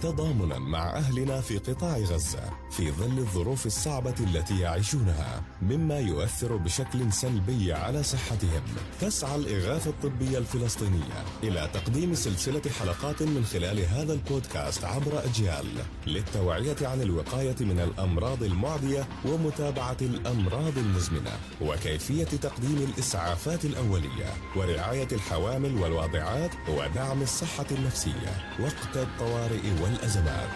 تضامنا مع أهلنا في قطاع غزة في ظل الظروف الصعبة التي يعيشونها، مما يؤثر بشكل سلبي على صحتهم. تسعى الإغاثة الطبية الفلسطينية إلى تقديم سلسلة حلقات من خلال هذا البودكاست عبر أجيال للتوعية عن الوقاية من الأمراض المعدية ومتابعة الأمراض المزمنة، وكيفية تقديم الإسعافات الأولية ورعاية الحوامل والواضعات ودعم الصحة النفسية وقت الطوارئ والأزمات.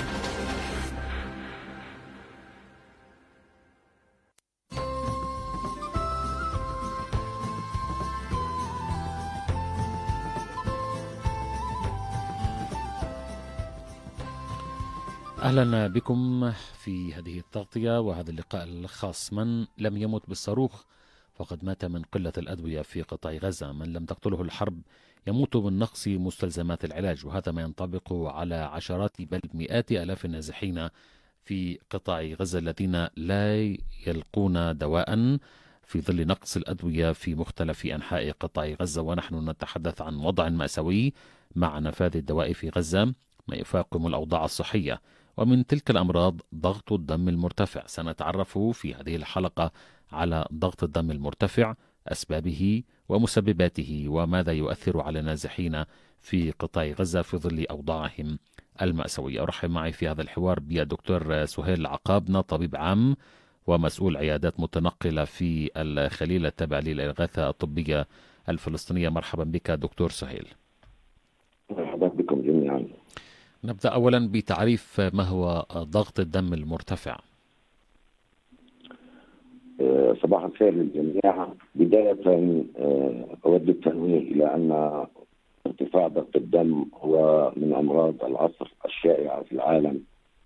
أهلا بكم في هذه التغطية وهذا اللقاء الخاص. من لم يمت بالصاروخ فقد مات من قلة الأدوية في قطاع غزة، من لم تقتله الحرب يموت من نقص مستلزمات العلاج، وهذا ما ينطبق على عشرات بل مئات آلاف النازحين في قطاع غزة الذين لا يلقون دواء في ظل نقص الأدوية في مختلف أنحاء قطاع غزة. ونحن نتحدث عن وضع مأساوي مع نفاذ الدواء في غزة، ما يفاقم الأوضاع الصحية. ومن تلك الأمراض ضغط الدم المرتفع. سنتعرف في هذه الحلقة على ضغط الدم المرتفع، أسبابه ومسبباته، وماذا يؤثر على النازحين في قطاع غزة في ظل أوضاعهم المأساوية. أرحب معي في هذا الحوار بالدكتور سهيل العقابنة، طبيب عام ومسؤول عيادات متنقلة في الخليل التابع للإغاثة الطبية الفلسطينية. مرحبا بك دكتور سهيل. مرحبا بكم جميعا. نبدأ أولا بتعريف ما هو ضغط الدم المرتفع. صباح الخير للجميع. بداية أود التنويه إلى أن ارتفاع ضغط الدم هو من أمراض العصر الشائعة في العالم،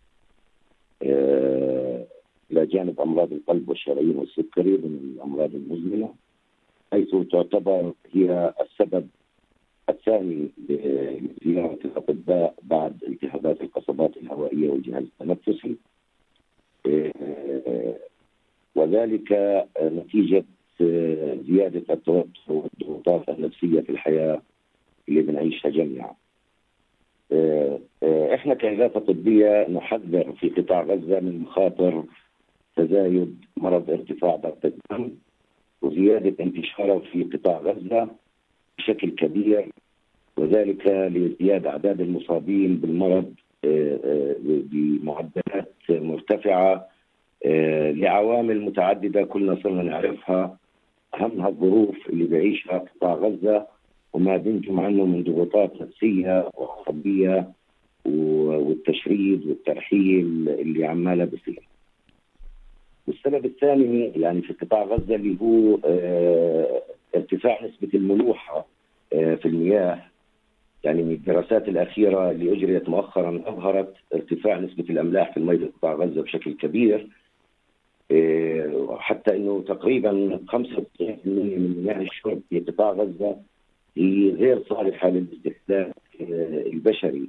إلى جانب أمراض القلب والشرايين والسكري من الأمراض المزمنة، حيث تعتبر هي السبب الثاني لزيارة الأطباء بعد التهابات القصبات الهوائية والجهاز التنفسي، وذلك نتيجة زيادة التوتر والضغوطات النفسية في الحياة اللي بنعيشها جميعا. احنا كإغاثة طبية نحذر في قطاع غزة من مخاطر تزايد مرض ارتفاع ضغط الدم وزيادة انتشاره في قطاع غزة بشكل كبير، وذلك لازدياد أعداد المصابين بالمرض بمعدلات مرتفعة لعوامل متعددة كلنا صرنا نعرفها، أهمها الظروف اللي بيعيشها قطاع غزة وما بينتم عنه من ضغوطات نفسية وعصبية والتشريد والترحيل اللي عماله بصير. والسبب الثاني يعني في قطاع غزة اللي هو ارتفاع نسبة الملوحة في المياه. يعني من الدراسات الأخيرة اللي أجريت مؤخرا أظهرت ارتفاع نسبة الأملاح في المياه في قطاع غزة بشكل كبير، حتى أنه تقريبا 95% من مياه الشرب في قطاع غزة هي غير صالحة للاستهلاك البشري.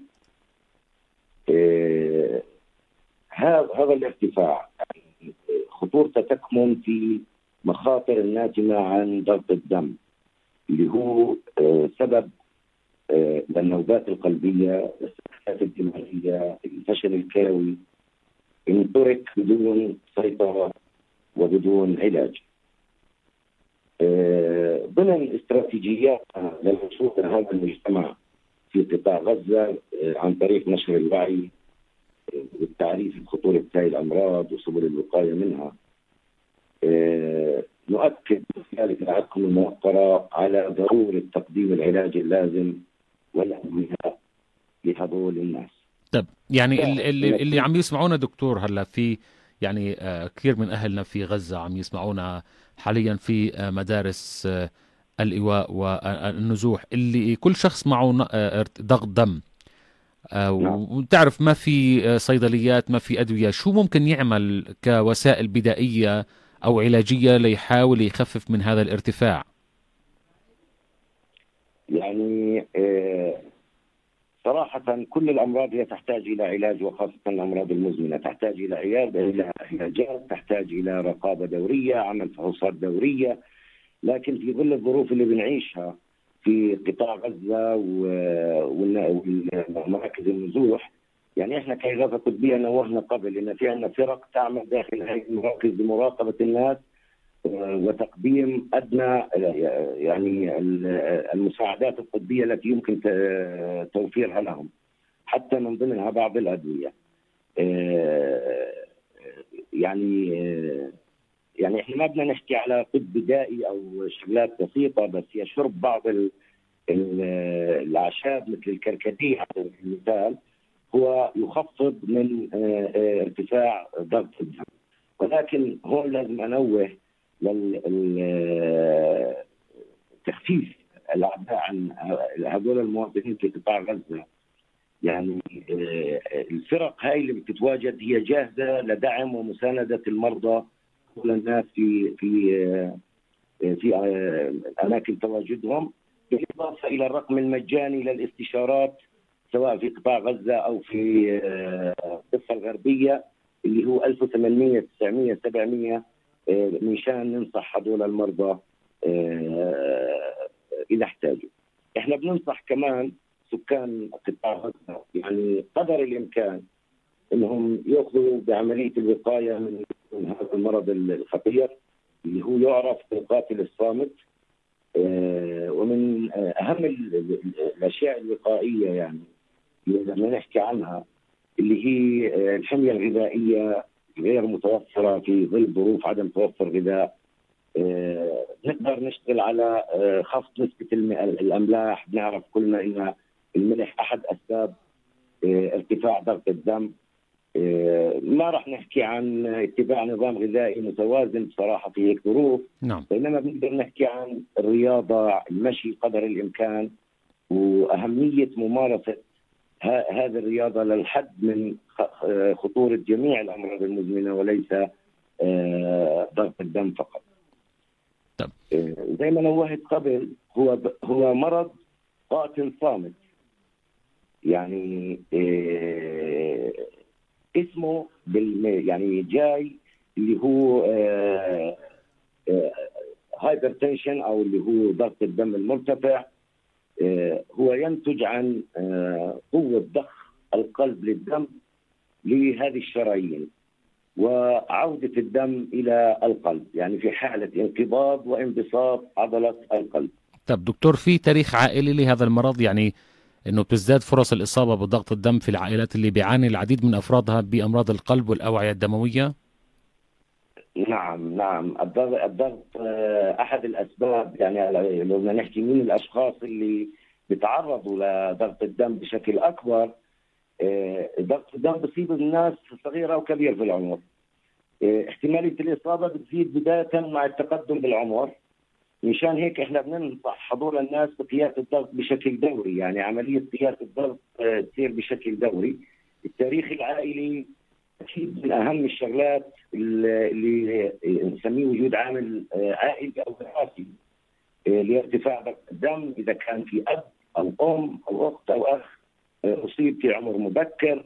هذا الارتفاع خطورته تكمن في مخاطر الناتجة عن ضغط الدم اللي هو سبب للنوبات القلبية، السكتات الدماغية، الفشل الكلوي إن ترك بدون سيطرة وبدون علاج. ضمن استراتيجيات للوصول إلى هذا المجتمع في قطاع غزة عن طريق نشر الوعي والتعريف بخطورة هذه الأمراض وسبل الوقاية منها، نؤكد في ذلك العقل الموقرة على ضرورة تقديم العلاج اللازم والأدوية لهذول الناس. طب يعني اللي عم يسمعونا دكتور هلا في يعني كثير من أهلنا في غزة عم يسمعونا حاليا في مدارس الإيواء والنزوح، اللي كل شخص معه ضغط دم، وتعرف ما في صيدليات، ما في أدوية. شو ممكن يعمل كوسائل بدائية أو علاجية ليحاول يخفف من هذا الارتفاع؟ يعني صراحة كل الأمراض هي تحتاج إلى علاج، وخاصة الأمراض المزمنة تحتاج إلى علاجات، تحتاج إلى رقابة دورية، عمل فحوصات دورية. لكن في ظل الظروف اللي بنعيشها في قطاع غزة ومراكز النزوح، يعني احنا كإغاثة طبية نوهنا قبل ان في عندنا فرق تعمل داخل هذه المراكز بمراقبة الناس وتقديم ادنى يعني المساعدات الطبية التي يمكن توفيرها لهم، حتى من ضمنها بعض الأدوية. يعني احنا ما بدنا نحكي على طب بدائي او شغلات بسيطة، بس هي شرب بعض الأعشاب مثل الكركديه على سبيل المثال هو يخفض من ارتفاع ضغط الدم. ولكن هون لازم أنوه للتخفيف الأعباء عن هذول المواطنين في قطاع غزة. يعني الفرق هاي اللي بتتواجد هي جاهزة لدعم ومساندة المرضى والناس في أماكن تواجدهم، بالإضافة إلى الرقم المجاني للاستشارات سواء في قطاع غزة أو في الضفة الغربية اللي هو 1800 900 700 مشان ننصح هذول المرضى إذا احتاجوا. إحنا بننصح كمان سكان قطاع غزة يعني قدر الإمكان إنهم يأخذوا بعملية الوقاية من هذا المرض الخطير اللي هو يعرف بالقاتل الصامت. ومن أهم الأشياء الوقائية يعني لما نحكي عنها اللي هي الحمية الغذائية غير متوفرة في ظل ظروف عدم توفر غذاء. نقدر نشتغل على خفض نسبة الأملاح. بنعرف كلنا إن الملح أحد أسباب ارتفاع ضغط الدم. ما راح نحكي عن اتباع نظام غذائي متوازن بصراحة في هيك ظروف، نعم. بينما بنقدر نحكي عن الرياضة، المشي قدر الإمكان، وأهمية ممارسة هذه الرياضة للحد من خطورة جميع الأمراض المزمنة وليس ضغط الدم فقط. طب. زي ما نوهت قبل هو مرض قاتل صامت. يعني اسمه يعني جاي اللي هو هايبرتنشن او اللي هو ضغط الدم المرتفع. هو ينتج عن قوة ضخ القلب للدم لهذه الشرايين وعودة الدم إلى القلب، يعني في حالة انقباض وانبساط عضلة القلب. طب دكتور، في تاريخ عائلي لهذا المرض؟ يعني انه بتزداد فرص الاصابه بضغط الدم في العائلات اللي بيعاني العديد من افرادها بامراض القلب والاوعيه الدمويه؟ نعم الضغط احد الاسباب. يعني لو بدنا نحكي مين الاشخاص اللي بيتعرضوا لضغط الدم بشكل اكبر، ضغط الدم بصيب الناس صغيره وكبير في العمر. احتماليه الاصابه بتزيد بدايه مع التقدم بالعمر. مشان هيك احنا بننصح حضور الناس بقياس الضغط بشكل دوري، يعني عمليه قياس الضغط تصير بشكل دوري. التاريخ العائلي اكيد من اهم الشغلات اللي نسميه وجود عامل عائلي او وراثي لارتفاع ضغط الدم. اذا كان في اب او ام او اخت او اخ اصيب في عمر مبكر،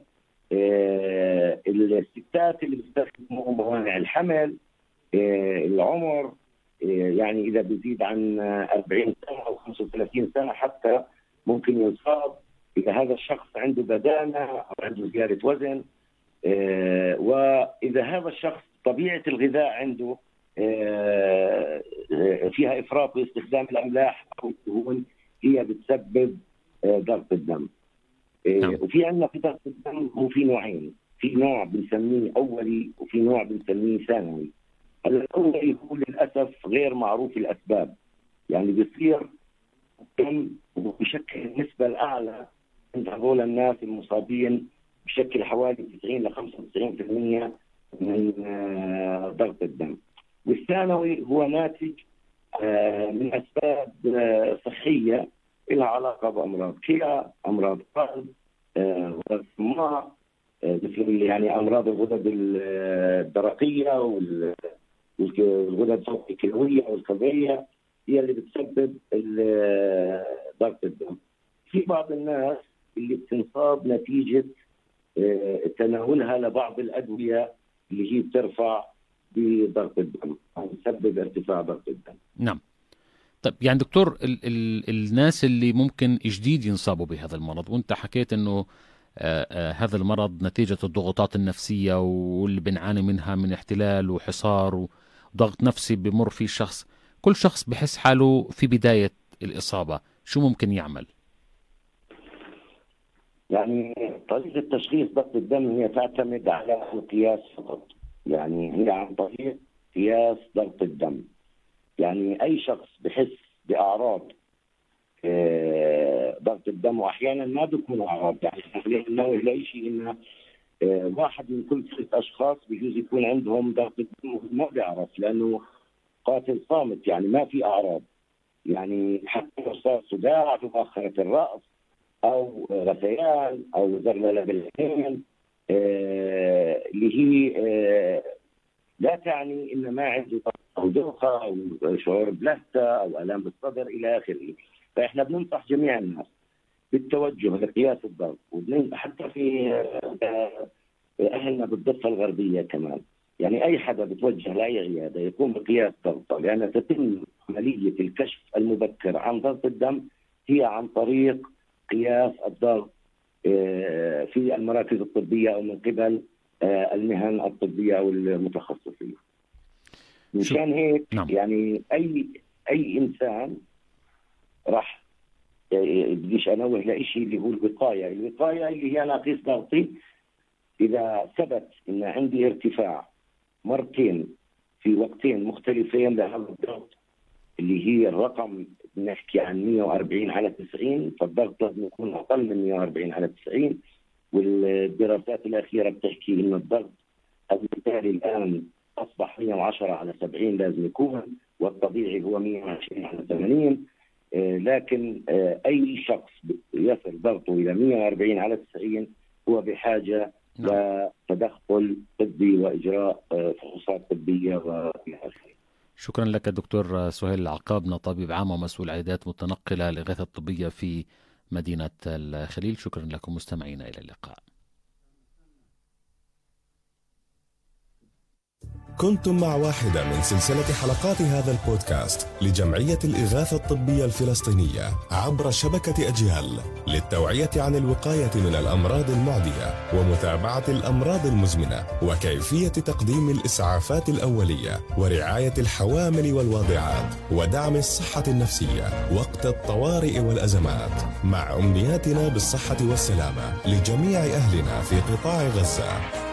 الستات اللي بيستخدموا موانع الحمل، العمر يعني إذا بيزيد عن 40 سنة أو 35 سنة حتى ممكن يصاب إذا هذا الشخص عنده بدانة أو عنده زيادة وزن. وإذا هذا الشخص طبيعة الغذاء عنده فيها إفراط باستخدام الأملاح أو الدهون، هي بتسبب ضغط الدم. وفي عندنا في ضغط الدم هو في نوعين، في نوع بنسميه أولي وفي نوع بنسميه ثانوي. الأولي هو للأسف غير معروف الأسباب، يعني بيصير الدم بشكل النسبة الأعلى عند هذول الناس المصابين بشكل حوالي 90 ل 95% من ضغط الدم. والثانوي هو ناتج من أسباب صحية لها علاقة بأمراض كلى، أمراض قلب، غدد الصماء، مثل يعني أمراض الغدد الدرقية والغدد فوق الكلوية والكظرية، هي اللي بتسبب ضغط الدم. في بعض الناس اللي بتنصاب نتيجة تناولها لبعض الأدوية اللي هي بترفع بضغط الدم أو تسبب ارتفاع ضغط الدم. نعم. طيب يعني دكتور، الناس اللي ممكن جديد ينصابوا بهذا المرض، وانت حكيت انه هذا المرض نتيجة الضغوطات النفسية واللي بنعاني منها من احتلال وحصار وضغط نفسي بمر فيه الشخص، كل شخص بحس حاله في بداية الإصابة، شو ممكن يعمل؟ يعني طريقة تشخيص ضغط الدم هي تعتمد على القياس فقط، يعني هي عن طريق قياس ضغط الدم. يعني أي شخص بحس بأعراض ضغط الدم، وأحيانا ما بيكون أعراض، يعني خلينا ننوه لشيء إنه واحد من كل 6 أشخاص بيجوز يكون عندهم ضغط الدم ما بيعرف، لأنه قاتل صامت، يعني ما في أعراض. يعني حتى لو صار صداع في مؤخرة الرأس أو غثيان أو زرللة بالعين اللي هي لا تعني إن ما عنده ضغط أو دوخة أو شعور بلهثة أو آلام بالصدر إلى آخره. فإحنا بننصح جميع الناس بالتوجه لقياس الضغط، حتى في أهلنا بالضفة الغربية كمان، يعني أي حدا بتوجه لأي عيادة يقوم بقياس ضغطه، لأن تتم عملية الكشف المبكر عن ضغط الدم هي عن طريق قياس الضغط في المراكز الطبية أو من قبل المهن الطبية أو المتخصصين. مشان هيك يعني أي إنسان راح بديش أنوه لإشي اللي هو الوقاية اللي هي ناقص ضغطي. إذا ثبت إن عندي ارتفاع مرتين في وقتين مختلفين لهذا الضغط اللي هي الرقم نحكي عن 140/90، فالضغط لازم يكون أقل من 140/90. والدراسات الأخيرة بتحكي إن الضغط المثالي الآن أصبح 110/70 لازم يكون، والطبيعي هو 120/80. لكن أي شخص يصل ضغطه إلى 140/90 هو بحاجة لتدخل طبي وإجراء فحوصات طبية وإلى آخره. شكرا لك دكتور سهيل العقابنة، طبيب عام ومسؤول عيادات متنقلة للإغاثة الطبية في مدينة الخليل. شكرا لكم مستمعينا، إلى اللقاء. كنتم مع واحدة من سلسلة حلقات هذا البودكاست لجمعية الإغاثة الطبية الفلسطينية عبر شبكة أجيال للتوعية عن الوقاية من الأمراض المعدية ومتابعة الأمراض المزمنة وكيفية تقديم الإسعافات الأولية ورعاية الحوامل والواضعات ودعم الصحة النفسية وقت الطوارئ والأزمات، مع أمنياتنا بالصحة والسلامة لجميع أهلنا في قطاع غزة.